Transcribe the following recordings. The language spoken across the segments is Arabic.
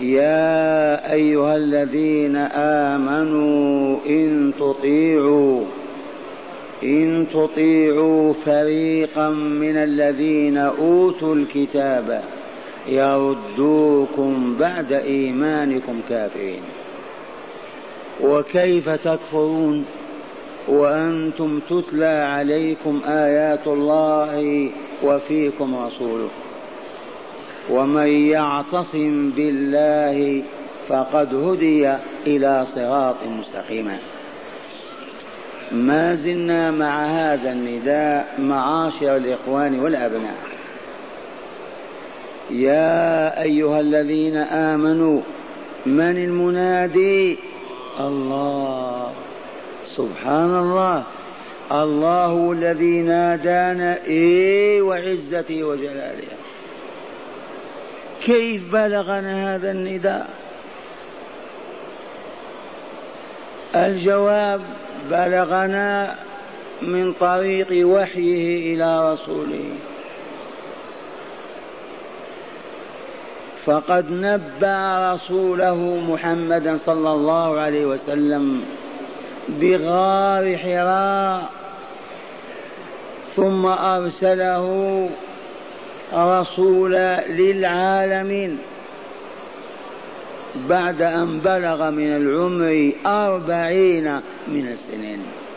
يا أيها الذين آمنوا إن تطيعوا فريقا من الذين أوتوا الكتاب يردوكم بعد إيمانكم كافرين. وكيف تكفرون وأنتم تتلى عليكم آيات الله وفيكم رسوله؟ ومن يعتصم بالله فقد هدي إلى صراط مستقيم. ما زلنا مع هذا النداء معاشر الإخوان والأبناء. يا أيها الذين آمنوا. من المنادي؟ الله سبحان الله. الله الذي نادانا وعزته وجلاله. كيف بلغنا هذا النداء؟ الجواب: بلغنا من طريق وحيه إلى رسوله، فقد نبأ رسوله محمدا صلى الله عليه وسلم بغار حراء، ثم أرسله رسولا للعالمين بعد أن بلغ من العمر 40 من السنين،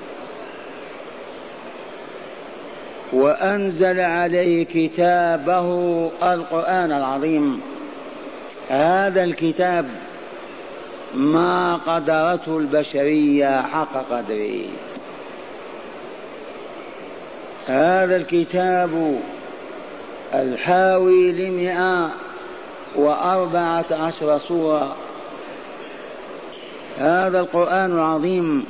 وأنزل عليه كتابه القرآن العظيم. هذا الكتاب ما قدرته البشرية حق قدره. هذا الكتاب الحاوي 114 سورة. هذا القرآن العظيم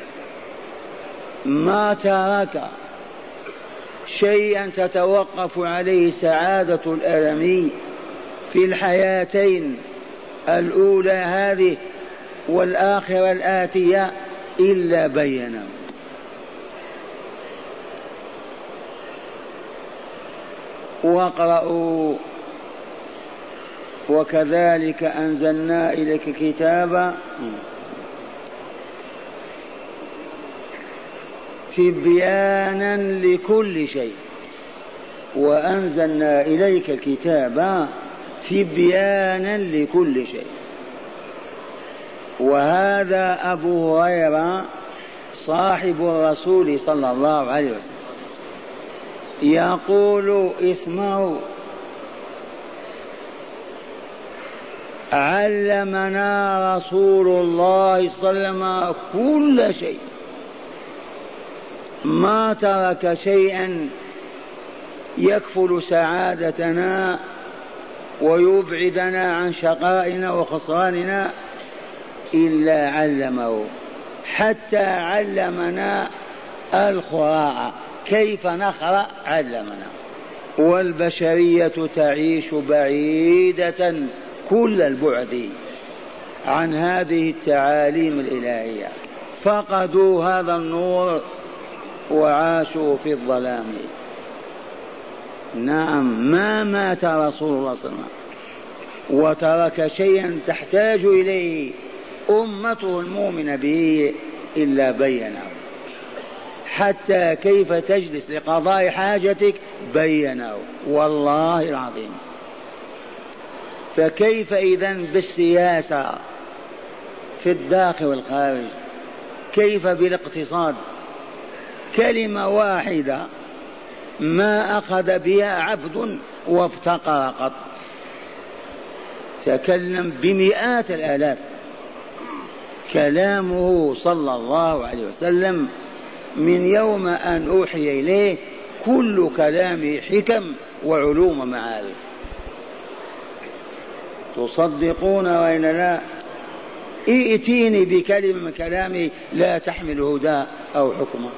ما ترك شيئا تتوقف عليه سعادة الآدمي في الحياتين الأولى هذه والآخرة الآتية إلا بينه. واقرأوا: وكذلك أنزلنا إليك كتابا تبيانا لكل شيء. وأنزلنا إليك الكتاب تبيانا لكل شيء. وهذا أبو هريرة صاحب الرسول صلى الله عليه وسلم يقول: اسمعوا، علمنا رسول الله صلى الله عليه وسلم كل شيء، ما ترك شيئا يكفل سعادتنا ويبعدنا عن شقائنا وخسراننا إلا علمه، حتى علمنا الخراء كيف نخرأ علمنا. والبشرية تعيش بعيدة كل البعد عن هذه التعاليم الإلهية، فقدوا هذا النور وعاشوا في الظلام. نعم، ما مات رسول الله صلى الله عليه وسلم وترك شيئا تحتاج إليه أمته المؤمنة به إلا بينه. حتى كيف تجلس لقضاء حاجتك بينه، والله العظيم. فكيف إذن بالسياسة في الداخل والخارج؟ كيف بالاقتصاد؟ كلمة واحدة ما أخذ بها عبد وافتقر قط. تكلم بمئات الآلاف. كلامه صلى الله عليه وسلم من يوم أن أوحي إليه كل كلامه حكم وعلوم معارف. تصدقون وإن لا؟ ائتيني بكلمة من كلامه لا تحمل هدى أو حكمة.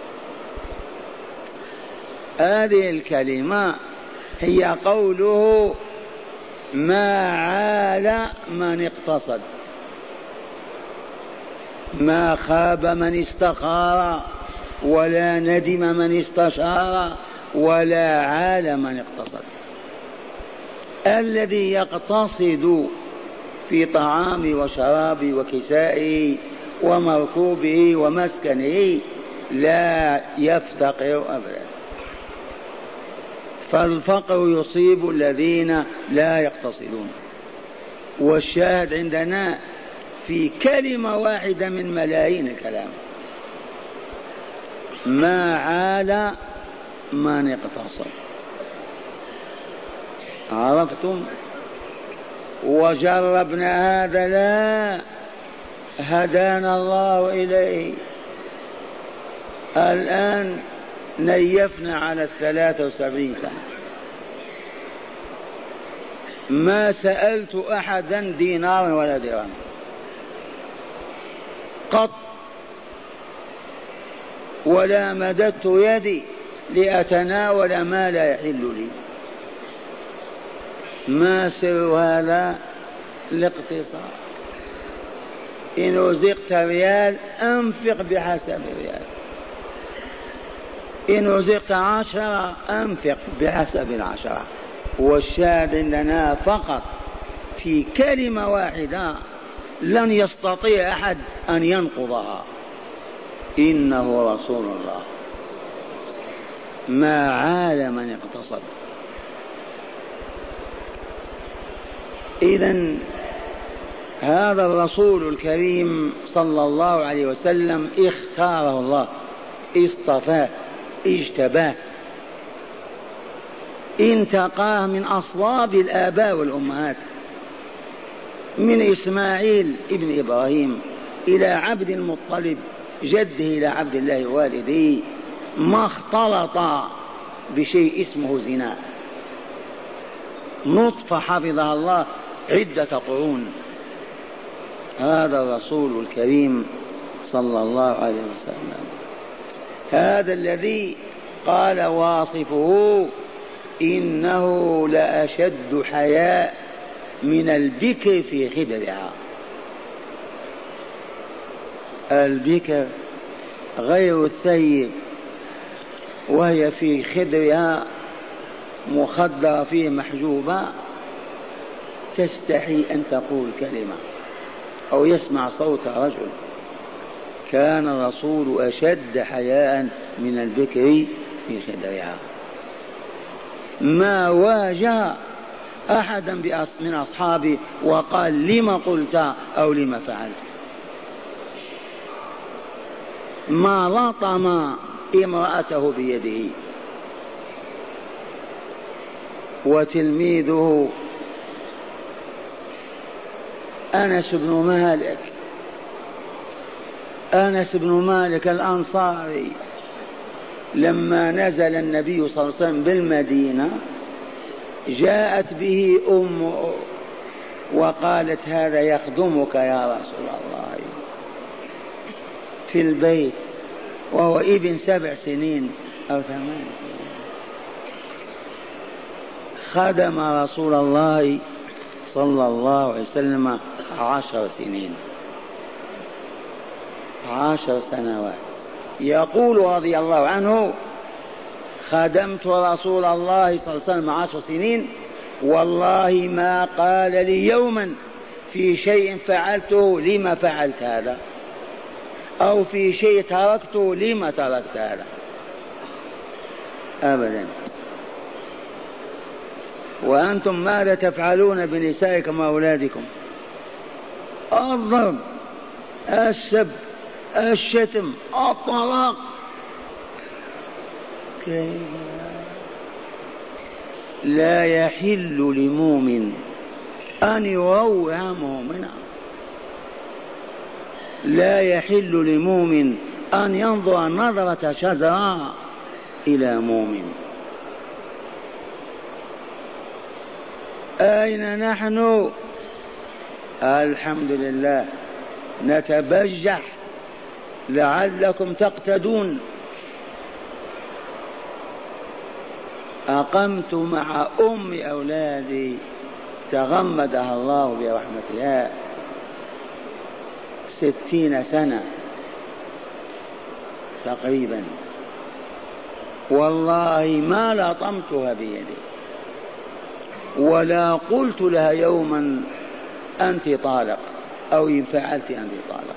هذه الكلمة هي قوله: ما عال من اقتصد، ما خاب من استخار، ولا ندم من استشار، ولا عال من اقتصد. الذي يقتصد في طعامه وشرابه وكسائه ومركوبه ومسكنه، لا يفتقر أبدا. فالفقر يصيب الذين لا يقتصدون. والشاهد عندنا في كلمة واحدة من ملايين الكلام: ما عال من اقتصد. عرفتم؟ وجربنا هذا، لا هدانا الله إليه. الآن نيفنا على 73 سنة، ما سألت أحدا دينار ولا درهم قط، ولا مددت يدي لأتناول ما لا يحل لي. ما سر هذا؟ الاقتصاد. إن رزقت ريال أنفق بحسب الريال، إن رزقت 10 أنفق بحسب 10. والشاهد لنا فقط في كلمة واحدة لن يستطيع أحد أن ينقضها: إنه رسول الله. ما عال من اقتصد. إذن هذا الرسول الكريم صلى الله عليه وسلم اختاره الله، اصطفاه، اجتباه، انتقاه من أصلاب الآباء والأمهات، من إسماعيل ابن إبراهيم إلى عبد المطلب جده إلى عبد الله والده، ما اختلط بشيء اسمه زنا. نطفة حفظها الله عدة قرون. هذا الرسول الكريم صلى الله عليه وسلم، هذا الذي قال واصفه: إنه لأشد حياء من البكر في خدرها. البكر غير الثيب، وهي في خدرها مخدرة فيه محجوبة، تستحي أن تقول كلمة أو يسمع صوت رجل. كان الرسول أشد حياء من البكر في خدرها. ما واجه أحدا من أصحابه وقال: لما قلت أو لما فعلت. ما لطم امرأته بيده. وتلميذه أنس بن مالك الأنصاري، لما نزل النبي صلى الله عليه وسلم بالمدينة جاءت به أمه وقالت: هذا يخدمك يا رسول الله في البيت، وهو ابن 7 سنين أو 8 سنين. خدم رسول الله صلى الله عليه وسلم 10 سنين، 10 سنوات. يقول رضي الله عنه: خدمت رسول الله صلى الله عليه وسلم 10 سنين، والله ما قال لي يوما في شيء فعلته لما فعلت هذا، أو في شيء تركته لما تركت هذا، أبدا. وأنتم ماذا تفعلون بنسائكم وأولادكم؟ الضرب، السب، الشتم، الطلاق. لا يحل لمؤمن أن يروع مؤمنا، لا يحل لمؤمن أن ينظر نظرة شزراء إلى مؤمن. أين نحن؟ الحمد لله نتبجح لعلكم تقتدون. أقمت مع أم أولادي تغمدها الله برحمتها 60 سنة تقريبا، والله ما لطمتها بيدي ولا قلت لها يوما أنت طالق، أو إن فعلت أنت طالق،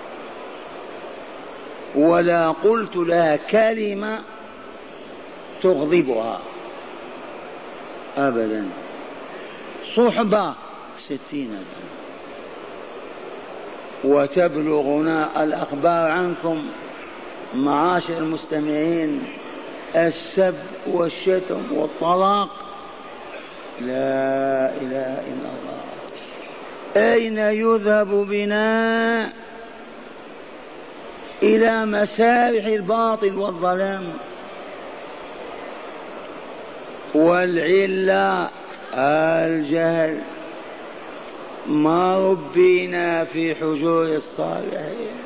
ولا قلت لها كلمة تغضبها أبدا. صحبة 60 سنة، وتبلغنا الأخبار عنكم معاشر المستمعين السب والشتم والطلاق. لا إله إلا الله. أين يذهب بنا؟ إلى مسارح الباطل والظلام. والعلة الجهل. ما ربينا في حجور الصالحين،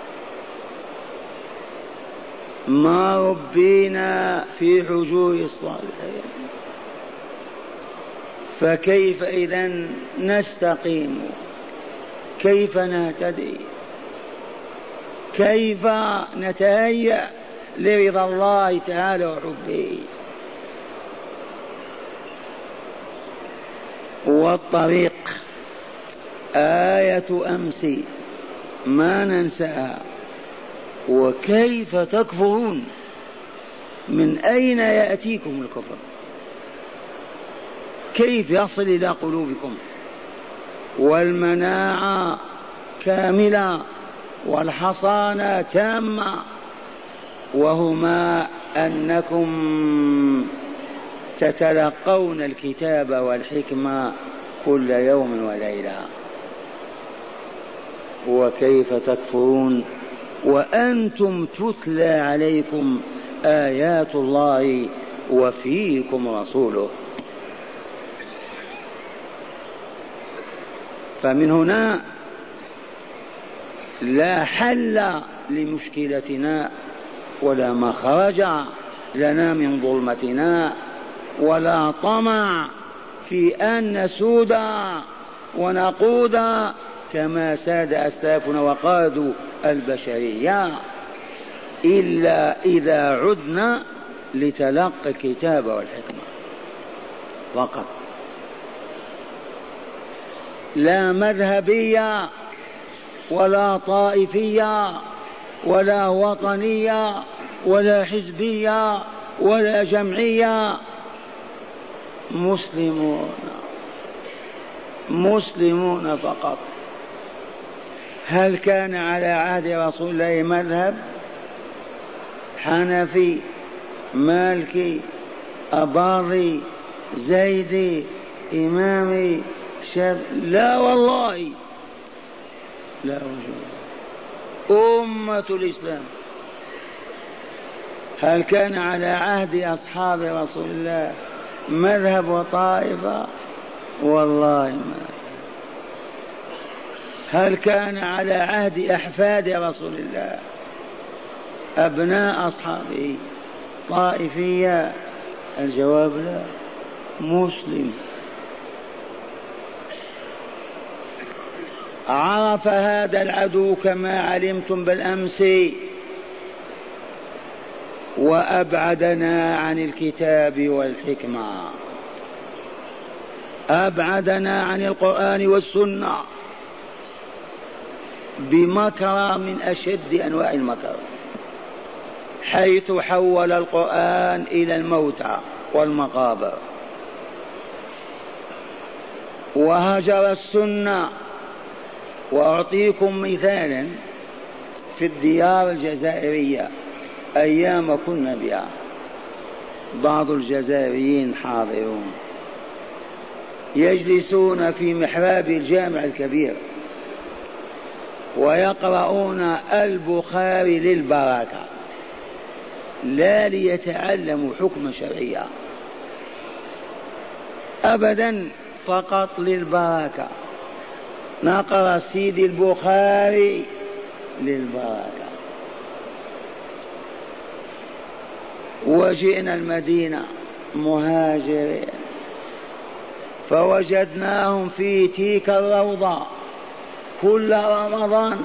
ما ربينا في حجور الصالحين، فكيف إذن نستقيم؟ كيف نهتدي؟ كيف نتهيأ لرضا الله تعالى وحبه؟ والطريق آية أمس ما ننساها. وكيف تكفرون؟ من أين يأتيكم الكفر؟ كيف يصل إلى قلوبكم؟ والمناعة كاملة والحصانة تامة، وهما أنكم تتلقون الكتاب والحكمة كل يوم وليلة. وكيف تكفرون وأنتم تتلى عليكم آيات الله وفيكم رسوله؟ فمن هنا لا حل لمشكلتنا، ولا مخرج لنا من ظلمتنا، ولا طمع في أن نسود ونقود كما ساد أسلافنا وقادوا البشرية، إلا إذا عدنا لتلقي الكتاب والحكمة فقط. لا مذهبية ولا طائفية ولا وطنية ولا حزبية ولا جمعية، مسلمون فقط. هل كان على عهد رسول الله مذهب؟ حنفي، مالكي، أباضي، زيدي، إمامي، لا والله، لا وجود. أمة الإسلام. هل كان على عهد أصحاب رسول الله مذهب وطائفة؟ والله ما. هل كان على عهد أحفاد رسول الله أبناء أصحابه طائفية؟ الجواب لا. مسلم. عرف هذا العدو كما علمتم بالأمس، وأبعدنا عن الكتاب والحكمة، أبعدنا عن القرآن والسنة بمكر من أشد أنواع المكر، حيث حول القرآن إلى الموتى والمقابر، وهجر السنة. وأعطيكم مثالا في الديار الجزائرية أيام كنا بها، بعض الجزائريين حاضرون يجلسون في محراب الجامع الكبير ويقرؤون البخاري للبركة، لا ليتعلموا حكم شرعيا أبدا، فقط للبركة. نقرأ سيدي البخاري للبركة. وجئنا المدينة مهاجرين فوجدناهم في تلك الروضة كل رمضان،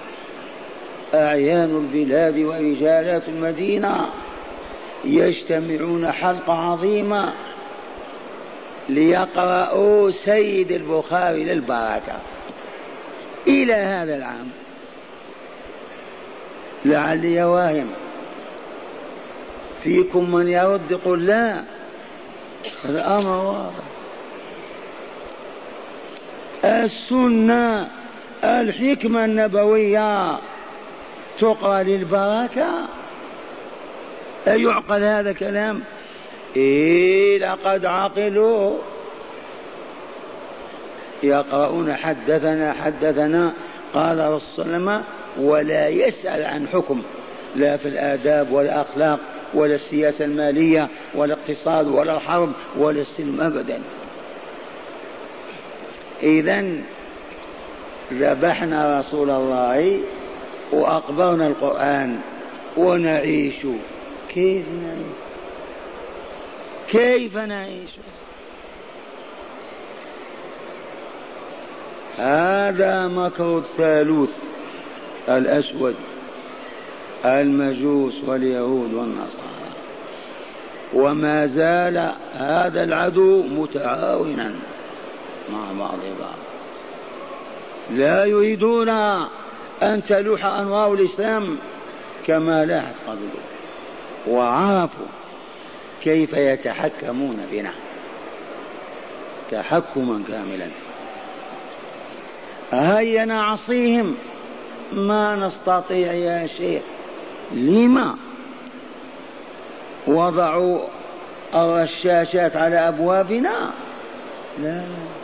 أعيان البلاد ورجالات المدينة يجتمعون حلقة عظيمة ليقرأوا سيد البخاري للبركة إلى هذا العام، لعلي واهم فيكم من يرد يقول لا، الأمر واضح. السنة الحكمة النبوية تقرأ للبركة، أيعقل هذا الكلام؟ إيه لقد عقلوا. يقرؤون حدثنا حدثنا قال رسول الله صلى الله عليه وسلم، ولا يسأل عن حكم، لا في الآداب ولا الأخلاق ولا السياسة المالية ولا الاقتصاد ولا الحرب ولا السلم أبدا. إذن ذبحنا رسول الله وأقبرنا القرآن ونعيش. كيف نعيش؟ هذا مكر الثالوث الأسود، المجوس واليهود والنصارى، وما زال هذا العدو متعاونا مع بعض، لا يريدون أن تلوح أنوار الإسلام كما لاحت قبله، وعرفوا كيف يتحكمون بنا تحكما كاملا. هيا نعصيهم، ما نستطيع يا شيخ. لما وضعوا الرشاشات على أبوابنا؟ لا،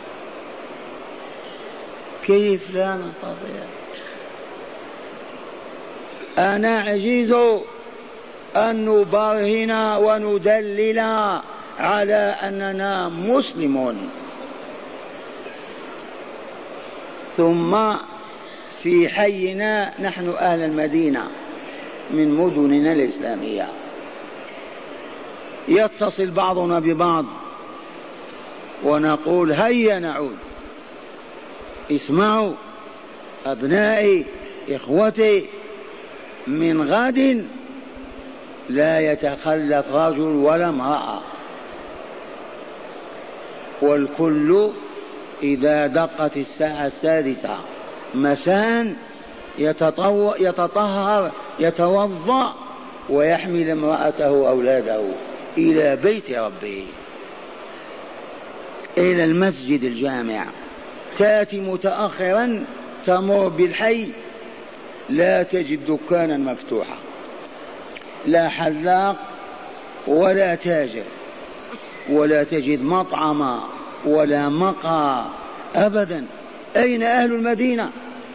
كيف لا نستطيع؟ أنعجز أن نبرهن وندلل على أننا مسلمون، ثم في حينا نحن أهل المدينة من مدننا الإسلامية يتصل بعضنا ببعض ونقول هيا نعود. اسمعوا أبنائي إخوتي، من غد لا يتخلف رجل ولا امرأة، والكل إذا دقت الساعة 6 مساء يتطهر يتوضأ ويحمل امرأته وأولاده إلى بيت ربه، إلى المسجد الجامع. تأتي متأخرا تمر بالحي لا تجد دكانا مفتوحا، لا حلاق ولا تاجر، ولا تجد مطعما ولا مقهى أبدا. أين أهل المدينة؟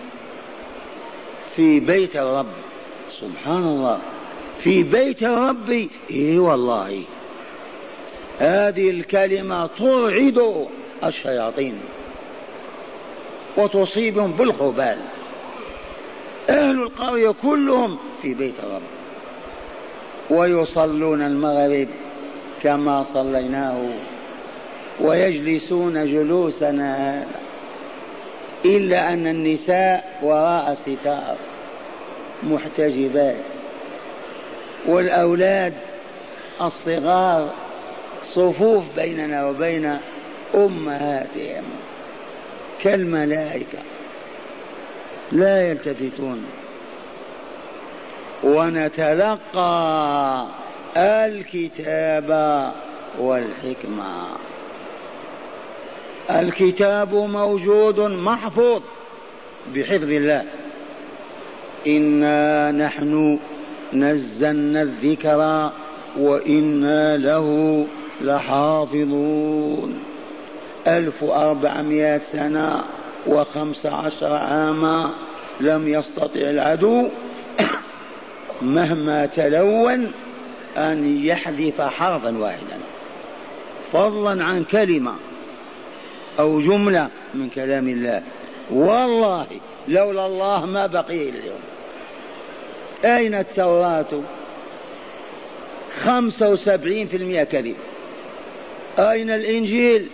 في بيت الرب. سبحان الله، في بيت الرب. إيه والله هذه الكلمة ترعد الشياطين وتصيبهم بالخبال. أهل القرية كلهم في بيت الرب ويصلون المغرب كما صليناه ويجلسون جلوسنا هذا، إلا أن النساء وراء ستار محتجبات، والأولاد الصغار صفوف بيننا وبين أمهاتهم كالملائكة لا يلتفتون. ونتلقى الكتاب والحكمة. الكتاب موجود محفوظ بحفظ الله، إنا نحن نزلنا الذكر وإنا له لحافظون. 1400 سنة و15 عاما لم يستطع العدو مهما تلون أن يحذف حرفا واحدا، فضلا عن كلمة أو جملة من كلام الله. والله لولا الله ما بقي اليوم. أين التوراة؟ 75% كذب. أين الإنجيل؟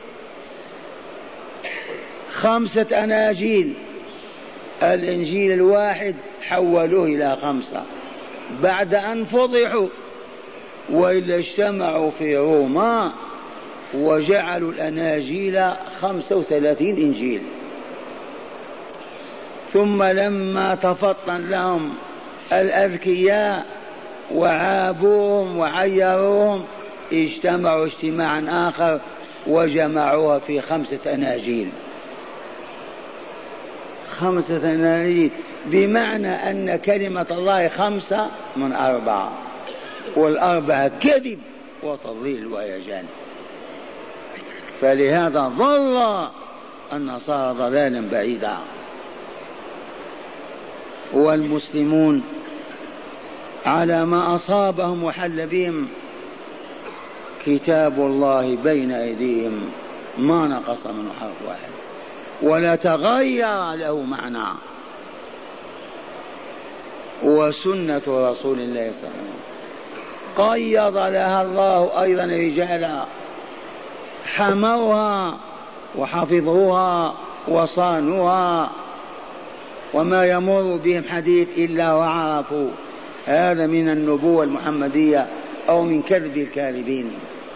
5 أناجيل. الإنجيل الواحد حولوه إلى 5 بعد أن فضحوا، وإلا اجتمعوا في روما وجعلوا الأناجيل 35 إنجيل. ثم لما تفطن لهم الأذكياء وعابوهم وعيروهم اجتمعوا اجتماعا آخر وجمعوها في 5 أناجيل. 5 أناجيل بمعنى أن كلمة الله 5 من 4 والأربعة كذب وتضليل وهيجان. فلهذا ضل النصارى ضلالا بعيدا. والمسلمون على ما أصابهم وحل بهم كتاب الله بين أيديهم ما نقص منه حرف واحد ولا تغير له معنى. وسنة رسول الله صلى الله عليه وسلم قيض لها الله أيضا رجالا حموها وحفظوها وصانوها، وما يمر بهم حديث إلا وعرفوا هذا من النبوة المحمدية أو من كذب الكاذبين.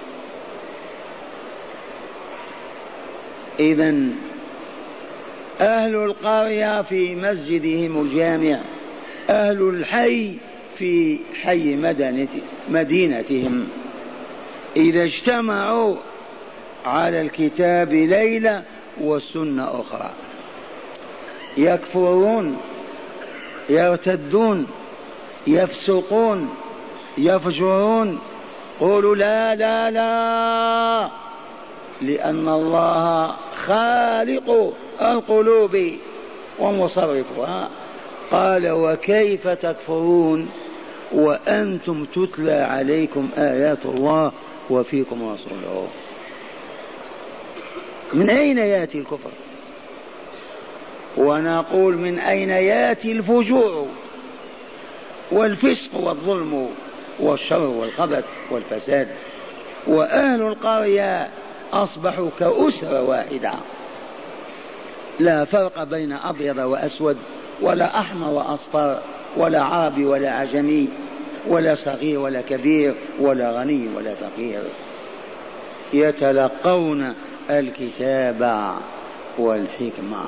إذن أهل القرية في مسجدهم الجامع، أهل الحي في حي مدينتهم، إذا اجتمعوا على الكتاب ليلة والسنة أخرى يكفرون يرتدون يفسقون يفجرون. قولوا لا لا لا، لأن الله خالق القلوب ومصرفها. قال وكيف تكفرون وأنتم تتلى عليكم آيات الله وفيكم رسوله. من أين يأتي الكفر؟ ونقول من أين يأتي الفجور والفسق والظلم والشر والخبث والفساد؟ وأهل القرية أصبحوا كأسرة واحدة، لا فرق بين أبيض وأسود ولا أحمر وأصفر ولا عربي ولا عجمي ولا صغير ولا كبير ولا غني ولا فقير. يتلقون الكتاب والحكمة.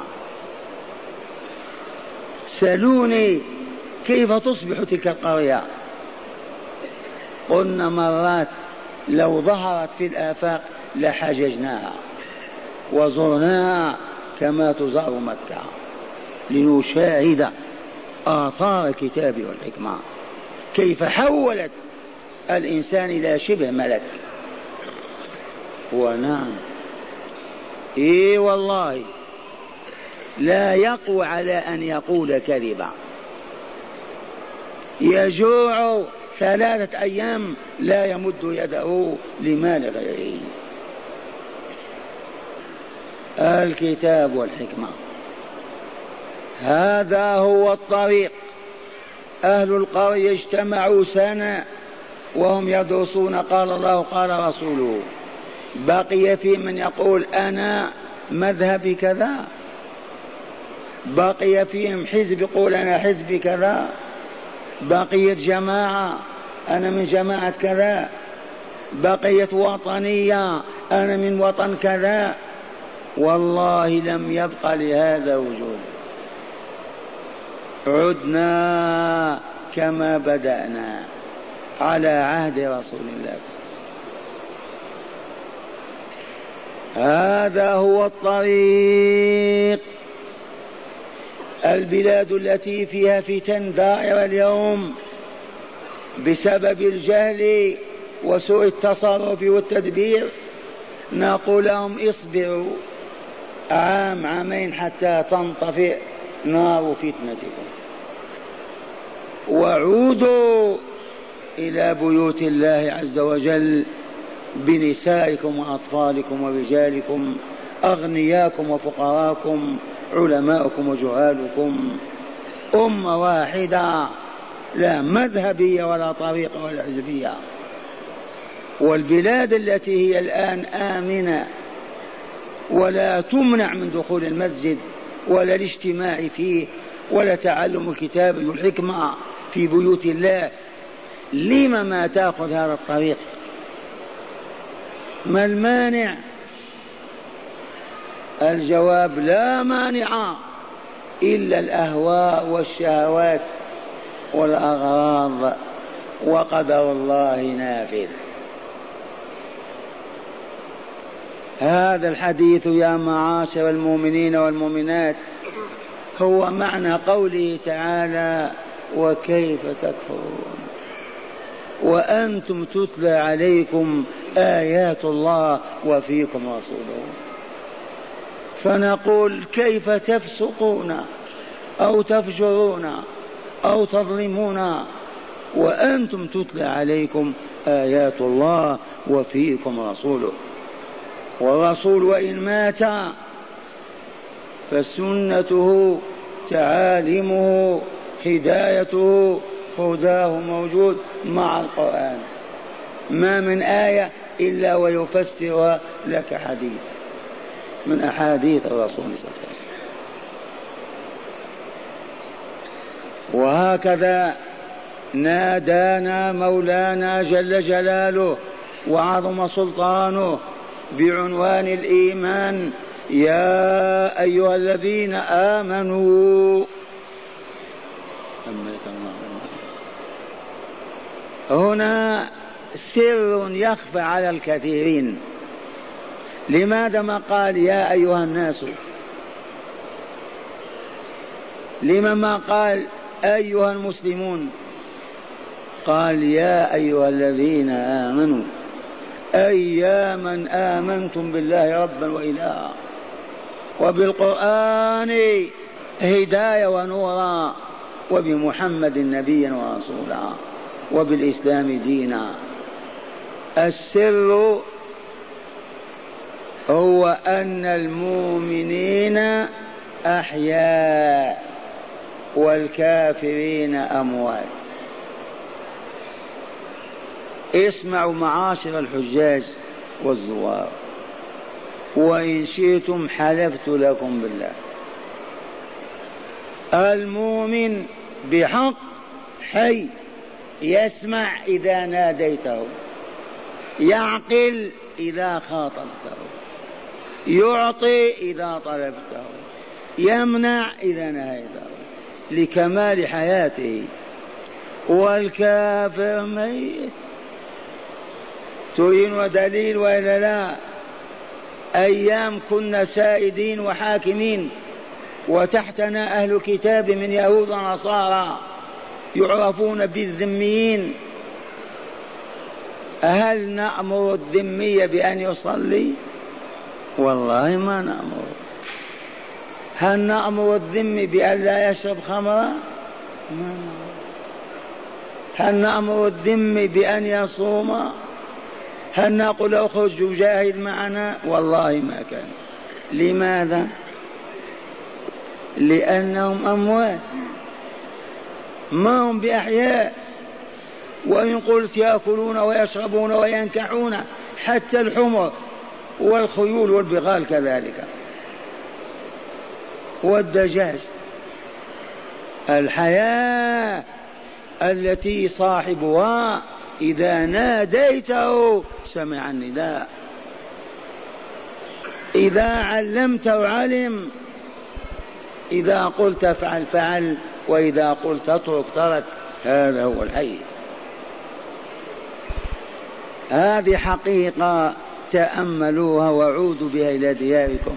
سألوني كيف تصبح تلك القرية؟ قلنا مرات لو ظهرت في الآفاق لحججناها وزرناها كما تزار مكة لنشاهد آثار الكتاب والحكمة، كيف حولت الإنسان إلى شبه ملك. ونعم إيه والله لا يقوى على أن يقول كذبا، يجوع 3 أيام لا يمد يده لمال غيره. الكتاب والحكمة هذا هو الطريق. أهل القرية اجتمعوا سنة وهم يدرسون قال الله قال رسوله. بقي في من يقول أنا مذهبي كذا، بقي فيهم حزب يقول أنا حزبي كذا، بقيت جماعة أنا من جماعة كذا، بقيت وطنية أنا من وطن كذا. والله لم يبق لهذا وجود. عدنا كما بدأنا على عهد رسول الله. هذا هو الطريق. البلاد التي فيها فتن دائرة اليوم بسبب الجهل وسوء التصرف والتدبير، نقول لهم اصبروا عام عامين حتى تنطفئ نار فتنتكم، وعودوا إلى بيوت الله عز وجل بنسائكم وأطفالكم ورجالكم، أغنياكم وفقراكم، علماءكم وجهالكم، أمة واحدة لا مذهبية ولا طريقة ولا حزبية. والبلاد التي هي الآن آمنة ولا تمنع من دخول المسجد ولا الاجتماع فيه ولا تعلم الكتاب والحكمة في بيوت الله، لما ما تأخذ هذا الطريق؟ ما المانع؟ الجواب لا مانع إلا الأهواء والشهوات والأغراض، وقدر الله نافذ. هذا الحديث يا معاشر المؤمنين والمؤمنات هو معنى قوله تعالى: وكيف تكفرون وأنتم تتلى عليكم آيات الله وفيكم رسوله. فنقول: كيف تفسقون أو تفجرون أو تظلمون وأنتم تتلى عليكم آيات الله وفيكم رسوله؟ والرسول وإن مات فسنته تعاليمه هدايته هداه موجود مع القرآن، ما من آية إلا ويفسر لك حديث من أحاديث الرسول صلى الله عليه وسلم. وهكذا نادانا مولانا جل جلاله وعظم سلطانه بعنوان الإيمان: يا أيها الذين آمنوا. هنا سر يخفى على الكثيرين. لماذا ما قال يا أيها الناس؟ لما ما قال أيها المسلمون؟ قال يا أيها الذين آمنوا، أي يا من آمنتم بالله ربا وإلها وبالقرآن هداية ونورا وبمحمد نبيا ورسولا وبالإسلام دينا. السر هو أن المؤمنين أحياء والكافرين أموات. اسمعوا معاشر الحجاج والزوار، وإن شئتم حلفت لكم بالله: المؤمن بحق حي، يسمع إذا ناديته، يعقل إذا خاطبته، يعطي إذا طلبته، يمنع إذا نهيته لكمال حياته. والكافر ميت. ترين ودليل وإلا لا؟ أيام كنا سائدين وحاكمين وتحتنا أهل كتاب من يهود ونصارى يعرفون بالذميين. هل نأمر الذمي بأن يصلي؟ والله ما نأمر. هل نأمر الذمي بأن لا يشرب خمرا؟ هل نأمر الذمي بأن يصوم؟ هل نقول اخرج وجاهد معنا؟ والله ما كان. لماذا؟ لأنهم أموات ما هم بأحياء. وإن قلت يأكلون ويشربون وينكحون، حتى الحمر والخيول والبغال كذلك والدجاج. الحياة التي صاحبها إذا ناديته سمع النداء، إذا علمته علم، إذا قلت فعل فعل، وإذا قلت اترك ترك. هذا هو الحي. هذه حقيقة تأملوها وعودوا بها إلى دياركم.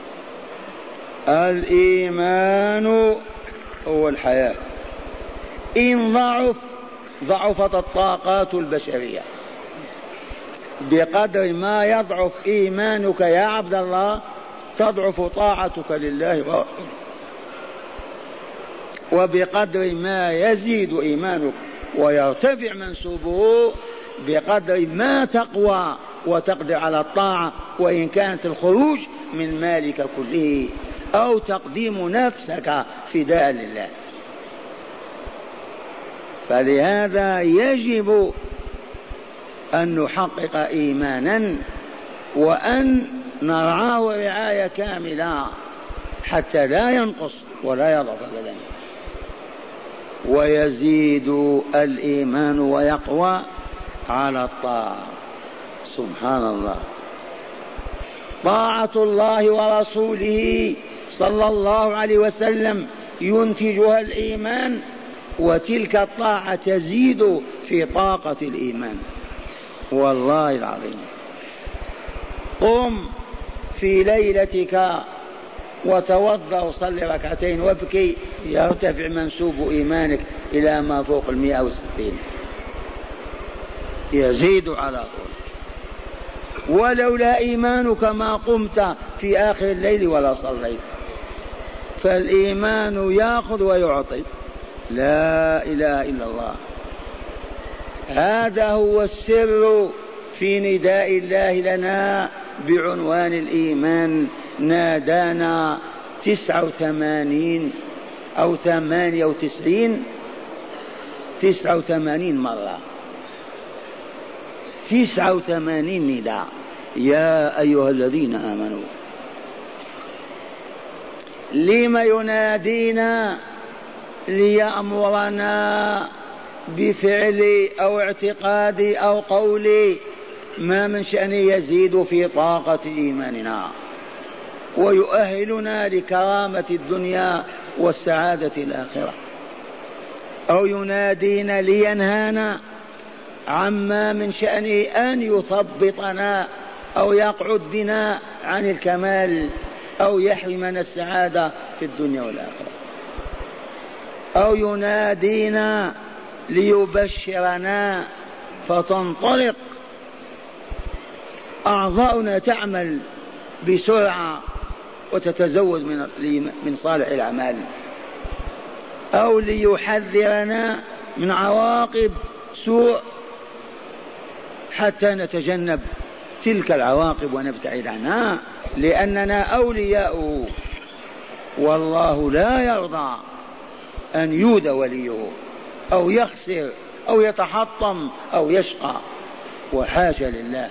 الإيمان هو الحياة. إن ضعفت الطاقات البشرية. بقدر ما يضعف إيمانك يا عبد الله تضعف طاعتك لله، وبقدر ما يزيد إيمانك ويرتفع منسوبه بقدر ما تقوى وتقدر على الطاعة، وإن كانت الخروج من مالك كله أو تقديم نفسك فداء لله. فلهذا يجب أن نحقق إيمانا وأن نرعاه رعاية كاملة حتى لا ينقص ولا يضعف أبدا. ويزيد الإيمان ويقوى على الطاعة. سبحان الله. طاعة الله ورسوله صلى الله عليه وسلم ينتجها الإيمان، وتلك الطاعة تزيد في طاقة الإيمان. والله العظيم قم في ليلتك وتوضأ وصلي ركعتين وابكي، يرتفع منسوب إيمانك إلى ما فوق 160، يزيد على طول. ولولا إيمانك ما قمت في آخر الليل ولا صليت. فالإيمان يأخذ ويعطي، لا إله إلا الله. هذا هو السر في نداء الله لنا بعنوان الإيمان. نادانا 89 أو 89 مرة، 89 نداء. يا أيها الذين آمنوا. لم ينادينا؟ ليأمرنا بفعل أو اعتقاد أو قول ما من شأن يزيد في طاقة إيماننا ويؤهلنا لكرامة الدنيا والسعادة الآخرة، أو ينادينا لينهانا عما من شأن أن يثبطنا أو يقعد بنا عن الكمال أو يحرمنا السعادة في الدنيا والآخرة، أو ينادينا ليبشرنا فتنطلق أعضاؤنا تعمل بسرعة وتتزود من صالح الأعمال، أو ليحذرنا من عواقب سوء حتى نتجنب تلك العواقب ونبتعد عنها، لأننا أولياؤه، والله لا يرضى أن يودى وليه أو يخسر أو يتحطم أو يشقى، وحاشا لله.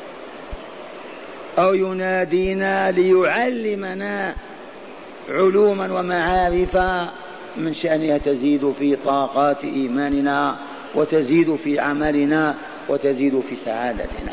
أو ينادينا ليعلمنا علوما ومعارف من شأنها تزيد في طاقات إيماننا وتزيد في عملنا وتزيد في سعادتنا.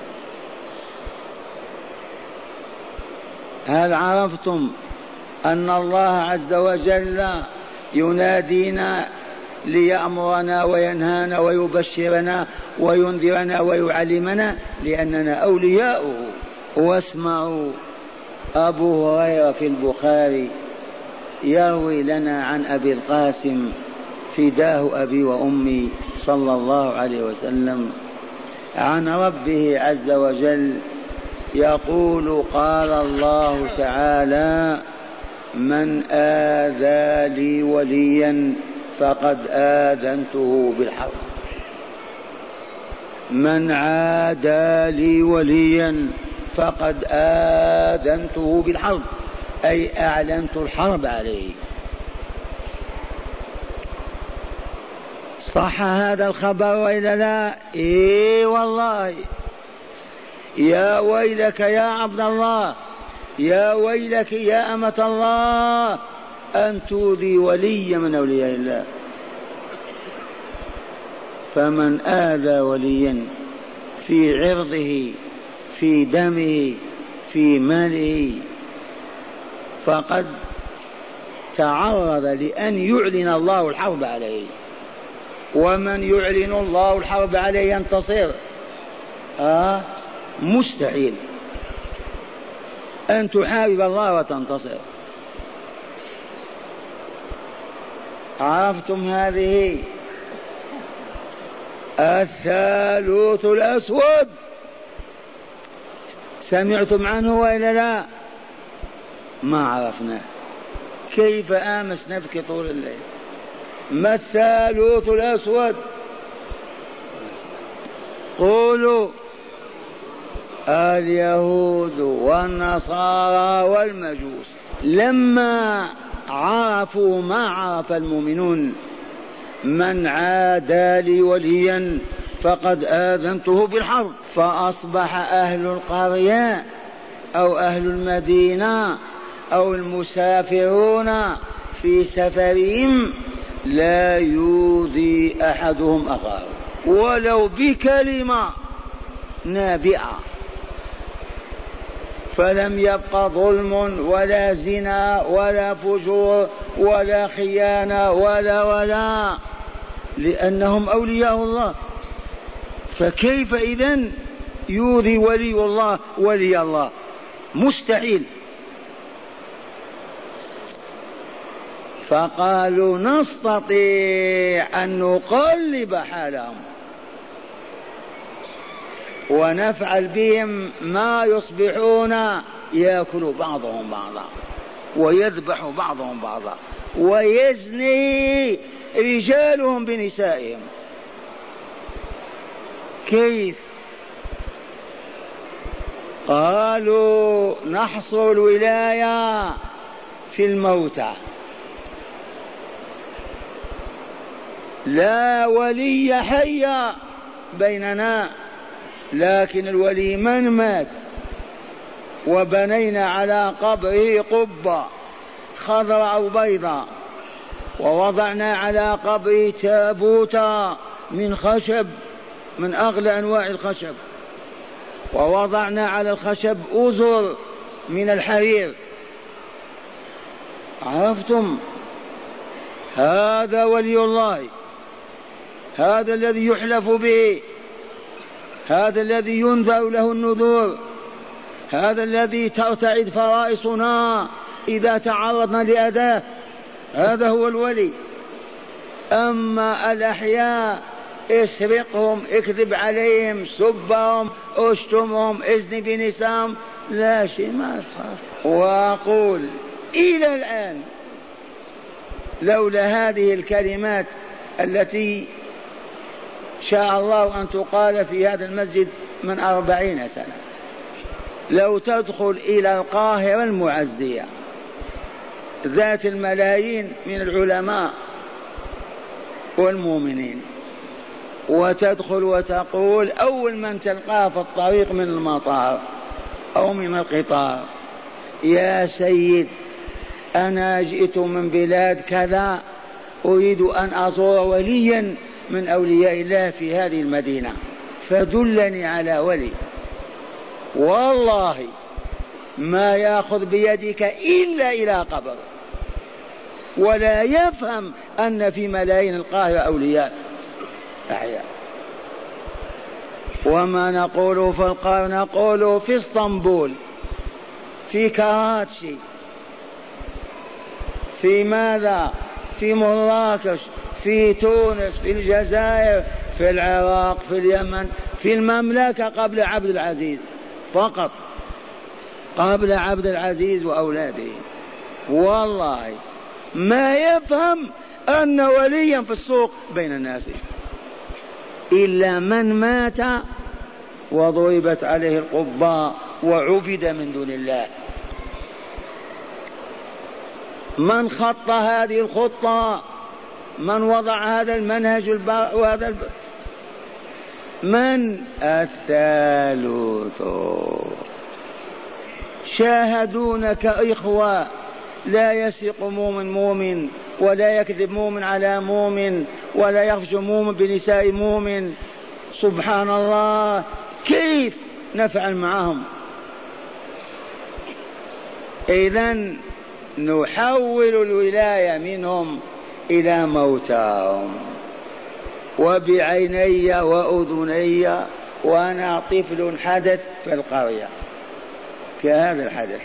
هل عرفتم أن الله عز وجل ينادينا ليأمرنا وينهانا ويبشرنا وينذرنا ويعلمنا؟ لأننا أولياؤه. واسمعوا، أبو هريرة في البخاري يروي لنا عن أبي القاسم فداه أبي وأمي صلى الله عليه وسلم عن ربه عز وجل يقول: قال الله تعالى: من آذى لي وليا فقد آذنته بالحرب. من عادى لي وليا فقد آذنته بالحرب، أي أعلنت الحرب عليه. صح هذا الخبر وإلا لا؟ إيه والله. يا ويلك يا عبد الله، يا ويلك يا أمة الله، أن تؤذي وليا من أولياء الله. فمن آذى وليا في عرضه في دمه في ماله فقد تعرض لأن يعلن الله الحرب عليه. ومن يعلن الله الحرب عليه ينتصر؟ مستحيل أن تحارب الله وتنتصر. عرفتم هذه؟ الثالوث الأسود سمعتم عنه وإلا لا؟ ما عرفناه. كيف آمس نبكي طول الليل؟ ما الثالوث الأسود؟ قولوا: اليهود والنصارى والمجوس. لما عرفوا ما عرف المؤمنون: من عادى لي وليا فقد آذنته بالحرب، فأصبح أهل القرية أو أهل المدينة أو المسافرون في سفرهم لا يؤذي أحدهم أخاه ولو بكلمة، نابئة، فلم يبق ظلم ولا زنا ولا فجور ولا خيانة ولا لأنهم أولياء الله. فكيف إذن يؤذي ولي الله ولي الله؟ مستحيل. فقالوا نستطيع أن نقلب حالهم ونفعل بهم ما يصبحون يأكل بعضهم بعضا ويذبح بعضهم بعضا ويزني رجالهم بنسائهم. كيف؟ قالوا نحصر الولاية في الموتى، لا ولي حي بيننا، لكن الولي من مات وبنينا على قبره قبة خضراء أو بيضاء ووضعنا على قبره تابوتا من خشب من أغلى أنواع الخشب ووضعنا على الخشب أزر من الحرير. عرفتم؟ هذا ولي الله، هذا الذي يحلف به، هذا الذي ينذر له النذور، هذا الذي ترتعد فرائصنا إذا تعرضنا لأذاه، هذا هو الولي. أما الأحياء اسرقهم، اكذب عليهم، سبهم، اشتمهم، ازن بنسام، لا شيء ما أفخر. وأقول إلى الآن لولا هذه الكلمات التي شاء الله أن تقال في هذا المسجد من 40 سنة، لو تدخل إلى القاهرة المعزية ذات الملايين من العلماء والمؤمنين وتدخل وتقول أول من تلقاه في الطريق من المطار أو من القطار: يا سيد أنا جئت من بلاد كذا أريد أن أزور وليا من أولياء الله في هذه المدينة فدلني على ولي، والله ما يأخذ بيدك إلا إلى قبر، ولا يفهم أن في ملايين القاهرة أولياء أحياء. وما نقول في القاهرة نقول في اسطنبول، في كراتشي، في ماذا، في مراكش، في تونس، في الجزائر، في العراق، في اليمن، في المملكة قبل عبد العزيز، فقط قبل عبد العزيز وأولاده. والله ما يفهم أن وليا في السوق بين الناس إلا من مات وضربت عليه القبة وعبد من دون الله. من خط هذه الخطة؟ من وضع هذا المنهج من؟ الثالوث. شاهدونك إخوة، لا يسرق مؤمن ولا يكذب مؤمن على مؤمن ولا يخرج مؤمن بنساء مؤمن. سبحان الله، كيف نفعل معهم؟ إذن نحول الولاية منهم إلى موتاهم. وبعيني وأذني وأنا طفل حدث في القرية كهذا الحدث،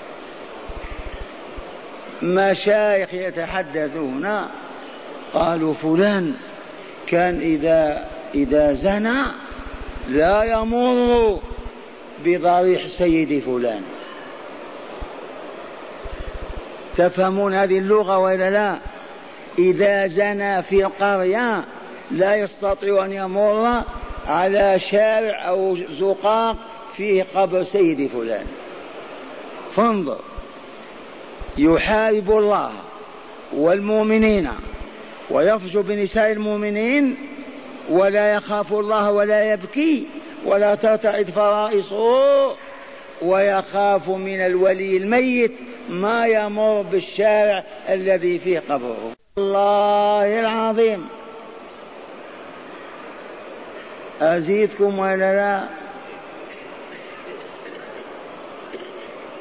مشايخ يتحدثون قالوا فلان كان إذا زنى لا يمر بضريح سيد فلان. تفهمون هذه اللغة ولا لا؟ إذا زنى في القرية لا يستطيع أن يمر على شارع أو زقاق فيه قبر سيد فلان. فانظر، يحارب الله والمؤمنين ويفجر بنساء المؤمنين ولا يخاف الله ولا يبكي ولا ترتعد فرائصه، ويخاف من الولي الميت ما يمر بالشارع الذي فيه قبره. الله العظيم. أزيدكم ولا لا؟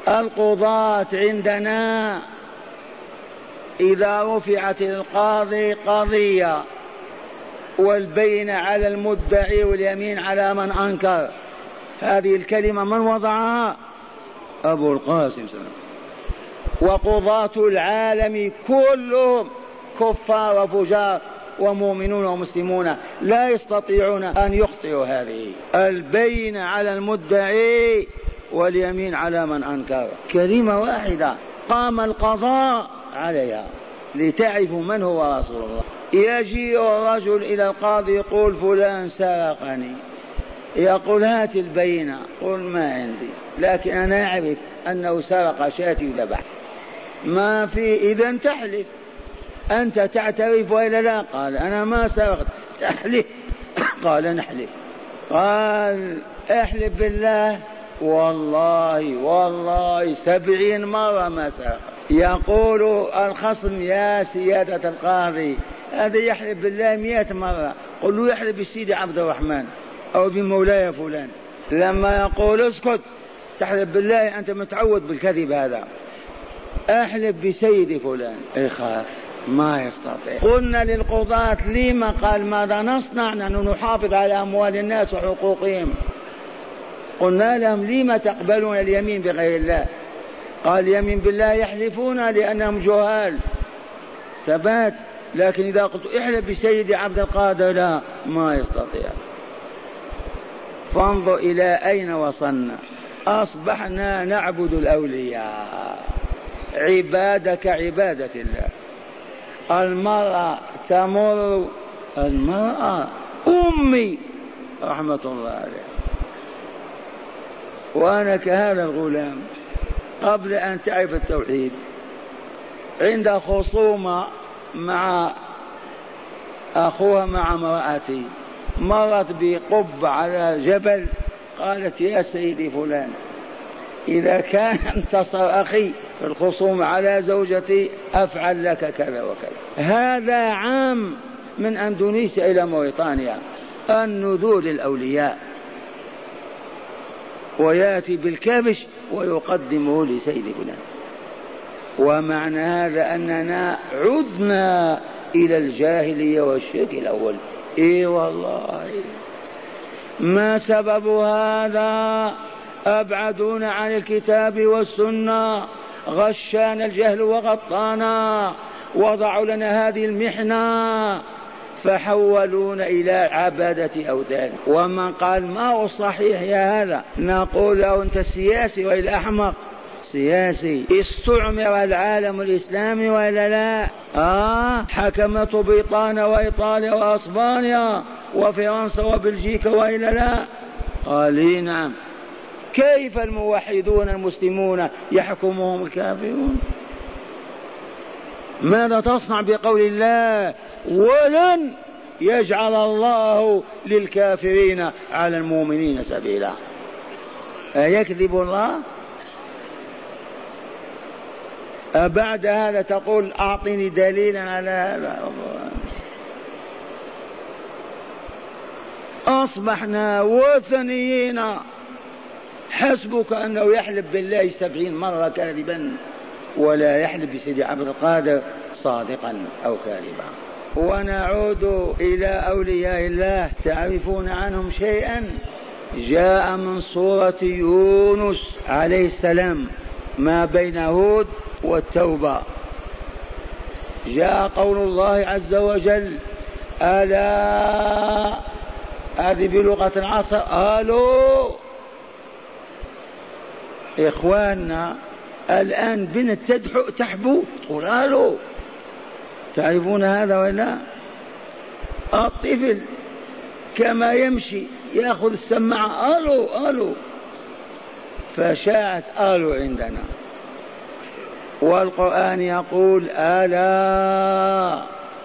القضاة عندنا إذا رفعت للقاضي قضية والبين على المدعي واليمين على من أنكر، هذه الكلمة من وضعها؟ أبو القاسم سلام. وقضاة العالم كلهم كفار وفجار ومؤمنون ومسلمون لا يستطيعون أن يخطئوا هذه البين على المدعي واليمين على من أنكر، كلمة واحدة قام القضاء عليها لتعرفوا من هو رسول الله. يجيء الرجل إلى القاضي يقول فلان سرقني، يقول هات البينة، قل ما عندي لكن أنا أعرف أنه سرق شاة يذبح، ما في، إذا تحلف، أنت تعترف وإلا لا؟ قال أنا ما سرقت. تحلف؟ قال نحلف. قال احلف بالله. والله 70 مرة ما سرق. يقول الخصم يا سيادة القاضي هذا يحلف بالله 100 مرة، قل له يحلف بسيدي عبد الرحمن أو بمولاي فلان. لما يقول اسكت تحلف بالله أنت متعود بالكذب هذا، أحلف بسيدي فلان، يخاف ما يستطيع. قلنا للقضاة لما؟ قال ماذا نصنع؟ نحن نحافظ على أموال الناس وحقوقهم. قلنا لهم لما تقبلون اليمين بغير الله؟ قال اليمين بالله يحلفون لأنهم جهال ثبات، لكن إذا قلت احلف بسيدي عبد القادر لا، ما يستطيع. فانظر إلى أين وصلنا، أصبحنا نعبد الأولياء عبادة كعبادة الله. المرأة تمر، المرأة أمي رحمة الله عليها، وأنا كهذا الغلام قبل أن تعرف التوحيد عند خصومة مع أخوها مع امرأتي، مرت بقب على جبل، قالت يا سيدي فلان إذا كان انتصر أخي في الخصوم على زوجتي أفعل لك كذا وكذا. هذا عام من أندونيسيا إلى موريتانيا، النذور الأولياء، ويأتي بالكبش ويقدمه لسيد فلان. ومعنى هذا أننا عدنا إلى الجاهلية والشرك الأول. إيه والله. ما سبب هذا؟ أبعدونا عن الكتاب والسنة، غشانا الجهل وغطانا، وضعوا لنا هذه المحنة فحولون إلى عبادة أوثان. ومن قال ما هو الصحيح يا هذا؟ نقول له أنت سياسي وإلا أحمق. سياسي. استعمر العالم الإسلامي وإلا لا؟ حكمت بريطانيا وإيطاليا وأسبانيا وفرنسا وبلجيكا وإلا لا؟ قال نعم. كيف الموحدون المسلمون يحكمهم الكافرون؟ ماذا تصنع بقول الله ولن يجعل الله للكافرين على المؤمنين سبيلا؟ أيكذب الله؟ أبعد هذا تقول أعطني دليلا على هذا؟ أصبحنا وثنيين. حسبك أنه يحلف بالله 70 مرة كاذبا ولا يحلف بسيدي عبد القادر صادقا أو كاذبا. ونعود إلى أولياء الله، تعرفون عنهم شيئا؟ جاء من سورة يونس عليه السلام ما بين هود والتوبة، جاء قول الله عز وجل ألا، هذه بلغة العصر، ألو إخواننا الآن بنت تحبو تقول ألو، تعرفون هذا ولا؟ الطفل كما يمشي يأخذ السماعة ألو ألو، فشاعت ألو عندنا. والقرآن يقول ألا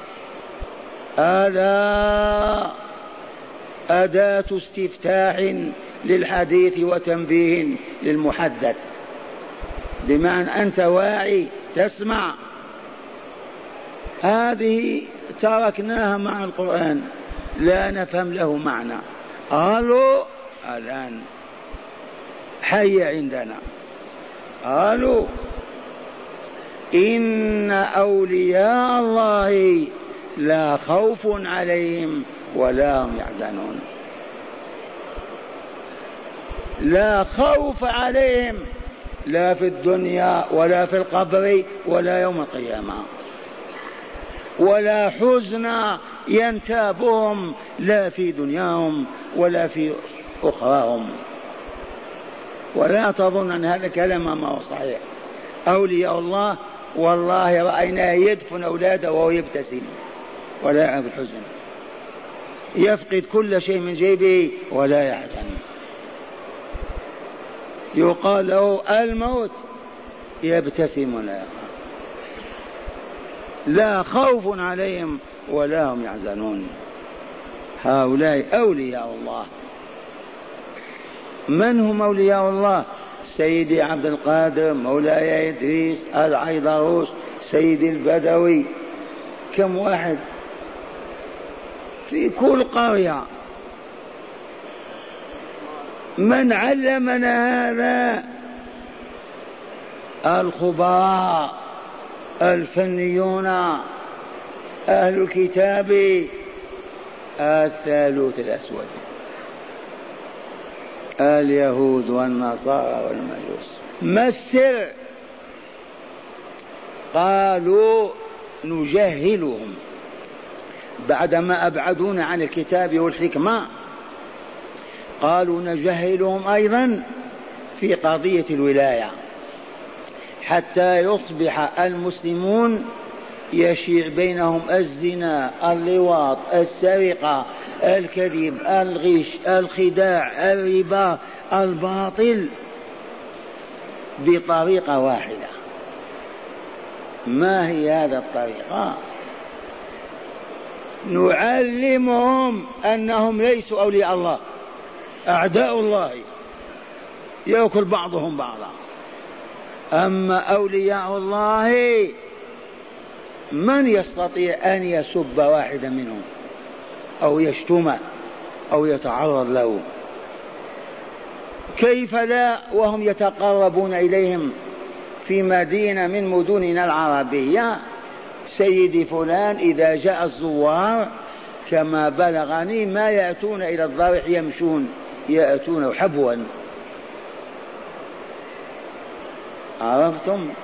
ألا، أداة استفتاح للحديث وتنبيه للمحدث، بمعنى أنت واعي تسمع. هذه تركناها مع القرآن لا نفهم له معنى. قالوا الآن حي عندنا قالوا إن أولياء الله لا خوف عليهم ولا هم يحزنون. لا خوف عليهم لا في الدنيا ولا في القبر ولا يوم القيامة، ولا حزن ينتابهم لا في دنياهم ولا في أخراهم. ولا تظن أن هذا كلام ما هو صحيح. أولياء الله والله رأيناه يدفن أولاده وهو يبتسم ولا يعرف الحزن، يفقد كل شيء من جيبه ولا يحزن. يقال له الموت يبتسم ولا يخاف. لا خوف عليهم ولا هم يحزنون. هؤلاء أولياء الله. من هم أولياء الله؟ سيدي عبد القادر، مولاي إدريس، العيدروس، سيدي البدوي، كم واحد في كل قرية. من علمنا هذا؟ الخبراء الفنيون أهل الكتاب الثالوث الأسود، اليهود والنصارى والمجوس. ما السر؟ قالوا نجهلهم بعدما أبعدونا عن الكتاب والحكمة، قالوا نجهلهم أيضا في قضية الولاية حتى يصبح المسلمون يشيع بينهم الزنا، اللواط، السرقة، الكذب، الغش، الخداع، الربا، الباطل بطريقة واحدة. ما هي هذه الطريقة؟ نعلمهم أنهم ليسوا أولياء الله، أعداء الله يأكل بعضهم بعضا. أما أولياء الله من يستطيع أن يسب واحدا منهم أو يشتمه أو يتعرض له؟ كيف لا وهم يتقربون إليهم في مدينة من مدننا العربية؟ سيدي فلان إذا جاء الزوار كما بلغني ما يأتون إلى الضريح يمشون، يأتون حبوا. عرفتم؟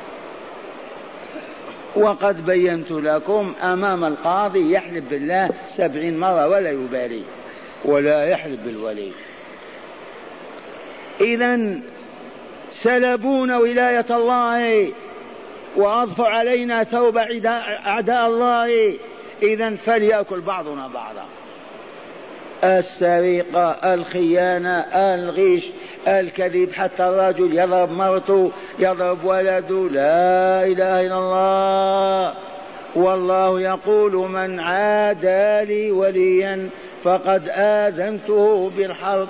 وقد بينت لكم أمام القاضي يحلف بالله 70 مرة ولا يبالي، ولا يحلف بالولي. إذن سلبون ولاية الله وأضفوا علينا ثوب أعداء الله. إذن فليأكل بعضنا بعضا. السرقة، الخيانة، الغش، الكذب، حتى الرجل يضرب مرته، يضرب ولده. لا إله إلا الله. والله يقول من عادى لي وليا فقد آذنته بالحرب.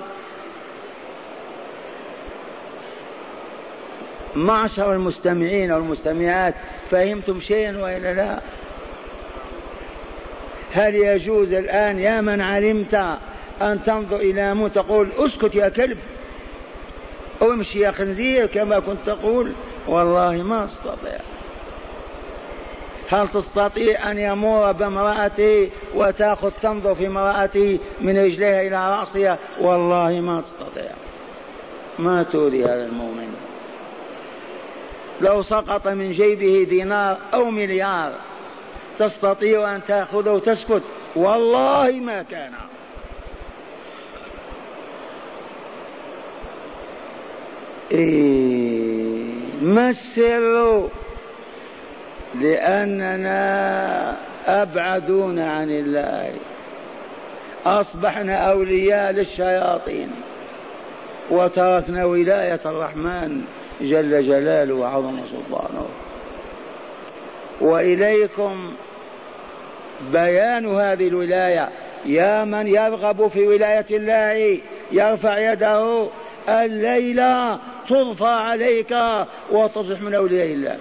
معشر المستمعين والمستمعات، فهمتم شيئا وإلا لا؟ هل يجوز الآن يا من علمت أن تنظر إلى موت تقول اسكت يا كلب أو امشي يا خنزير كما كنت تقول؟ والله ما استطيع. هل تستطيع أن يمر بامرأته وتأخذ تنظر في امرأته من رجليها إلى رأسها؟ والله ما تستطيع. ما تؤذي هذا المؤمن. لو سقط من جيبه دينار أو مليار تستطيع أن تأخذه وتسكت؟ والله ما كان. ما السر؟ لأننا أبعدونا عن الله، أصبحنا أولياء للشياطين وتركنا ولاية الرحمن جل جلاله وعظم سلطانه. وإليكم بيان هذه الولاية. يا من يرغب في ولاية الله يرفع يده، الليلة تضفى عليك وتصبح من أولياء الله.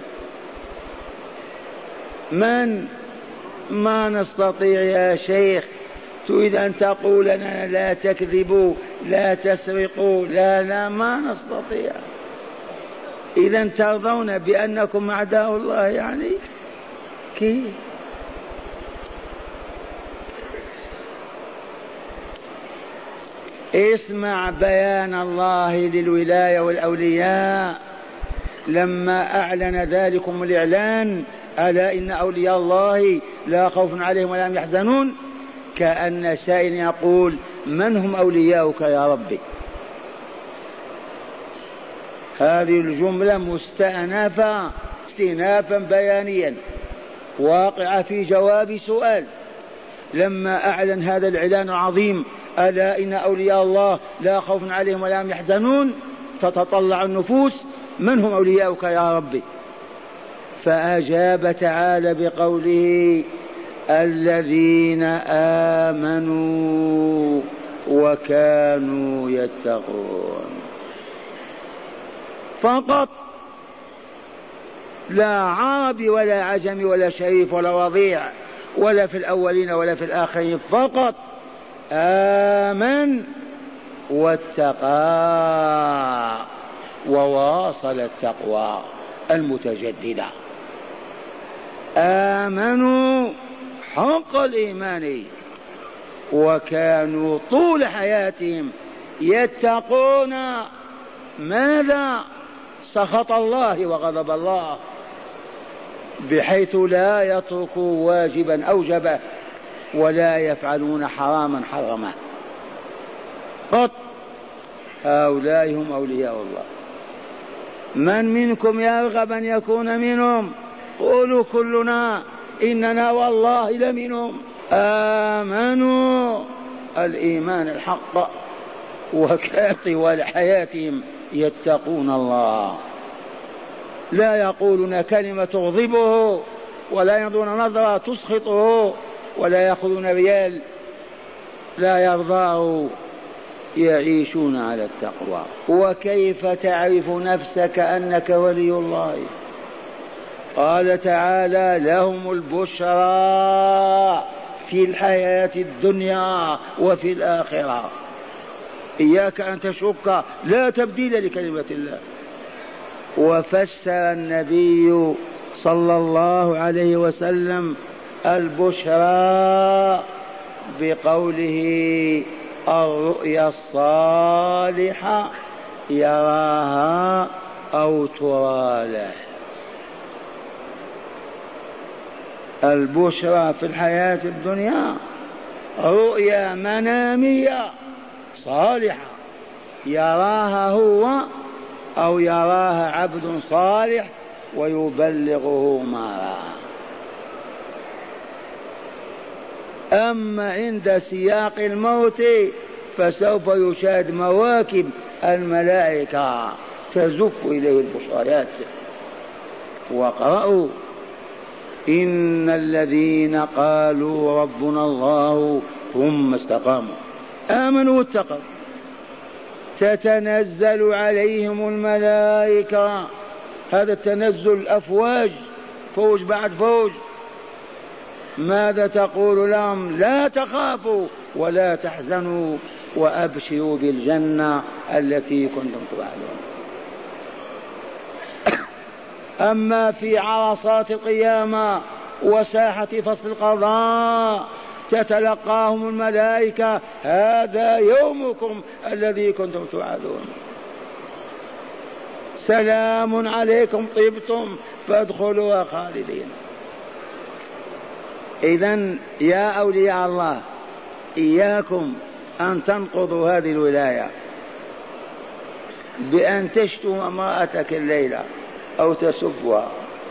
من؟ ما نستطيع يا شيخ. تريد أن تقول لنا لا تكذبوا لا تسرقوا؟ لا ما نستطيع. إذا ترضون بأنكم أعداء الله يعني كيف؟ اسمع بيان الله للولاية والأولياء لما أعلن ذلكم الإعلان: ألا إن أولياء الله لا خوف عليهم ولا هم يحزنون. كأن سائل يقول: من هم أولياؤك يا ربي؟ هذه الجملة مستأنفة استئنافا بيانيا واقعة في جواب سؤال. لما أعلن هذا الإعلان العظيم: ألا إن أولياء الله لا خوف عليهم ولا هم يحزنون، تتطلع النفوس: من هم أولياؤك يا ربي؟ فأجاب تعالى بقوله: الذين آمنوا وكانوا يتقون. فقط، لا عربي ولا عجمي ولا شريف ولا وضيع ولا في الأولين ولا في الآخرين، فقط آمن واتقى وواصل التقوى المتجددة. آمنوا حق الإيمان وكانوا طول حياتهم يتقون ماذا؟ سخط الله وغضب الله، بحيث لا يتركوا واجبا أوجبه ولا يفعلون حراما حرمه قط. هؤلاء هم أولياء الله. من منكم يرغب أن يكون منهم؟ قولوا كلنا إننا والله لمنهم. آمنوا الإيمان الحق وكانوا طوال حياتهم يتقون الله، لا يقولون كلمة تغضبه ولا ينظرون نظرة تسخطه ولا يأخذون ريال لا يرضاه، يعيشون على التقوى. وكيف تعرف نفسك أنك ولي الله؟ قال تعالى: لهم البشرى في الحياة الدنيا وفي الآخرة. إياك أن تشك، لا تبديل لكلمة الله. وفسر النبي صلى الله عليه وسلم البشرى بقوله: الرؤيا الصالحة يراها أو ترى له. البشرى في الحياة الدنيا رؤيا منامية صالحة يراها هو أو يراها عبد صالح ويبلغه ما رأى. أما عند سياق الموت فسوف يشاهد مواكب الملائكة تزف إليه البشريات. واقرأوا: إن الذين قالوا ربنا الله ثم استقاموا آمنوا واتقوا تتنزل عليهم الملائكة. هذا التنزل الأفواج، فوج بعد فوج. ماذا تقول لهم؟ لا تخافوا ولا تحزنوا وأبشروا بالجنة التي كنتم توعدون. أما في عرصات القيامة وساحة فصل القضاء تتلقاهم الملائكة: هذا يومكم الذي كنتم توعدون، سلام عليكم طبتم فادخلوا خالدين. إذن يا أولياء الله، إياكم أن تنقضوا هذه الولاية بأن تشتم امرأتك الليلة أو تسبها،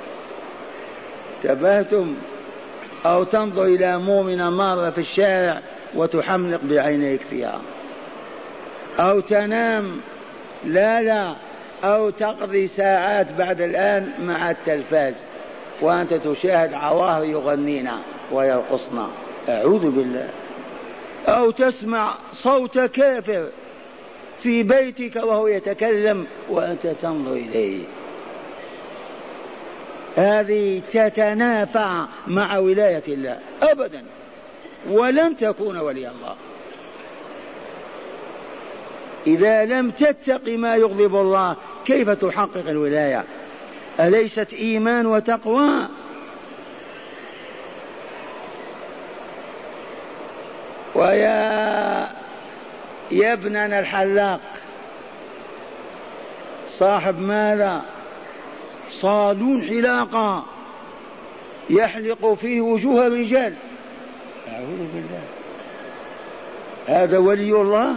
تبهتم، أو تنظر إلى مؤمنة مارة في الشارع وتحملق بعينيك فيها، أو تنام لا أو تقضي ساعات بعد الآن مع التلفاز وأنت تشاهد عواهر يغنين ويرقصن، أعوذ بالله، أو تسمع صوت كافر في بيتك وهو يتكلم وأنت تنظر إليه. هذه تتنافى مع ولاية الله أبدا، ولن تكون ولي الله إذا لم تتق ما يغضب الله. كيف تحقق الولاية؟ أليست إيمان وتقوى؟ ويا ابننا الحلاق صاحب ماذا؟ صالون حلاقة يحلق فيه وجوه الرجال، أعوذ بالله، هذا ولي الله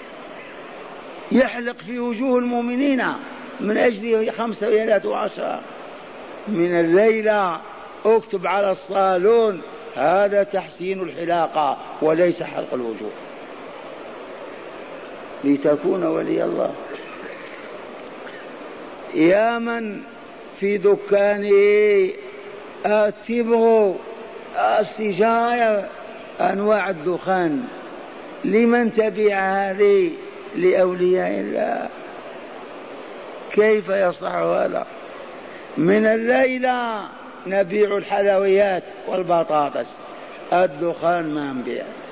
يحلق في وجوه المؤمنين من أجل 5 ريالات و10 من الليلة. اكتب على الصالون هذا تحسين الحلاقة وليس حلق الوجوه، لتكون ولي الله. يا من في دكانه التبغ السجاير أنواع الدخان، لمن تبيع هذه؟ لأولياء الله. كيف يصح هذا؟ من الليلة نبيع الحلويات والبطاطس، الدخان ما نبيع.